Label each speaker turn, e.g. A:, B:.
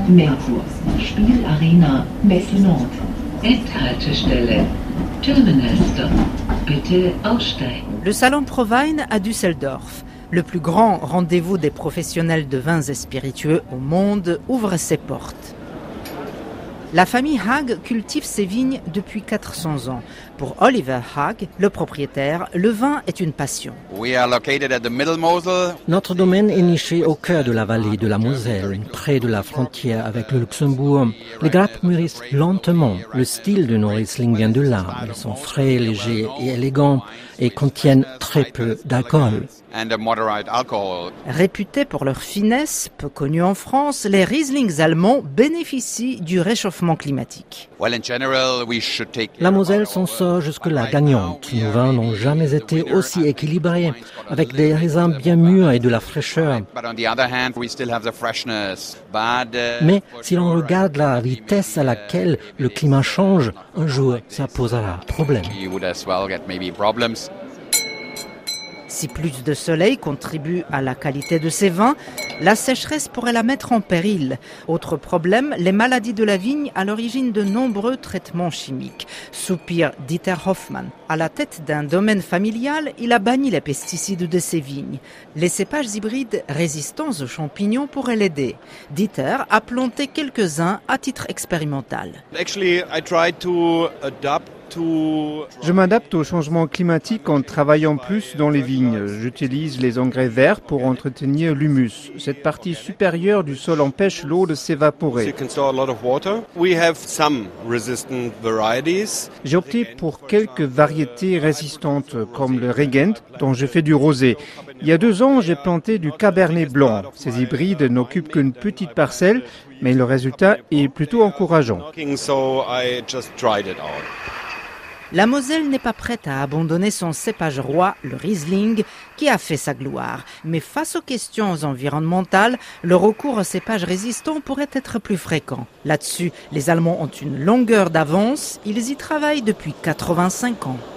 A: Merkur, Spielarena, Messe Nord. Endhaltestelle, Terminal Stop. Bitte aussteigen.
B: Le salon Provine à Düsseldorf, le plus grand rendez-vous des professionnels de vins et spiritueux au monde, ouvre ses portes. La famille Haag cultive ses vignes depuis 400 ans. Pour Oliver Haag, le propriétaire, le vin est une passion.
C: Notre domaine est niché au cœur de la vallée de la Moselle, près de la frontière avec le Luxembourg. Les grappes mûrissent lentement. Le style de nos Riesling vient de là. Ils sont frais, légers et élégants et contiennent très peu d'alcool.
B: Réputés pour leur finesse, peu connus en France, les Rieslings allemands bénéficient du réchauffement climatique.
C: La Moselle s'en sort jusque-là gagnante. Nos vins n'ont jamais été aussi équilibrés, avec des raisins bien mûrs et de la fraîcheur. Mais si l'on regarde la vitesse à laquelle le climat change, un jour, ça posera problème.
B: Si plus de soleil contribue à la qualité de ces vins, la sécheresse pourrait la mettre en péril. Autre problème, les maladies de la vigne à l'origine de nombreux traitements chimiques. Soupire Dieter Hoffmann. À la tête d'un domaine familial, il a banni les pesticides de ses vignes. Les cépages hybrides résistants aux champignons pourraient l'aider. Dieter a planté quelques-uns à titre expérimental.
D: Je m'adapte au changement climatique en travaillant plus dans les vignes. J'utilise les engrais verts pour entretenir l'humus. Cette partie supérieure du sol empêche l'eau de s'évaporer. J'ai opté pour quelques variétés résistantes comme le Regent dont je fais du rosé. Il y a 2 ans, j'ai planté du Cabernet Blanc. Ces hybrides n'occupent qu'une petite parcelle, mais le résultat est plutôt encourageant.
B: La Moselle n'est pas prête à abandonner son cépage roi, le Riesling, qui a fait sa gloire. Mais face aux questions environnementales, le recours aux cépages résistants pourrait être plus fréquent. Là-dessus, les Allemands ont une longueur d'avance. Ils y travaillent depuis 85 ans.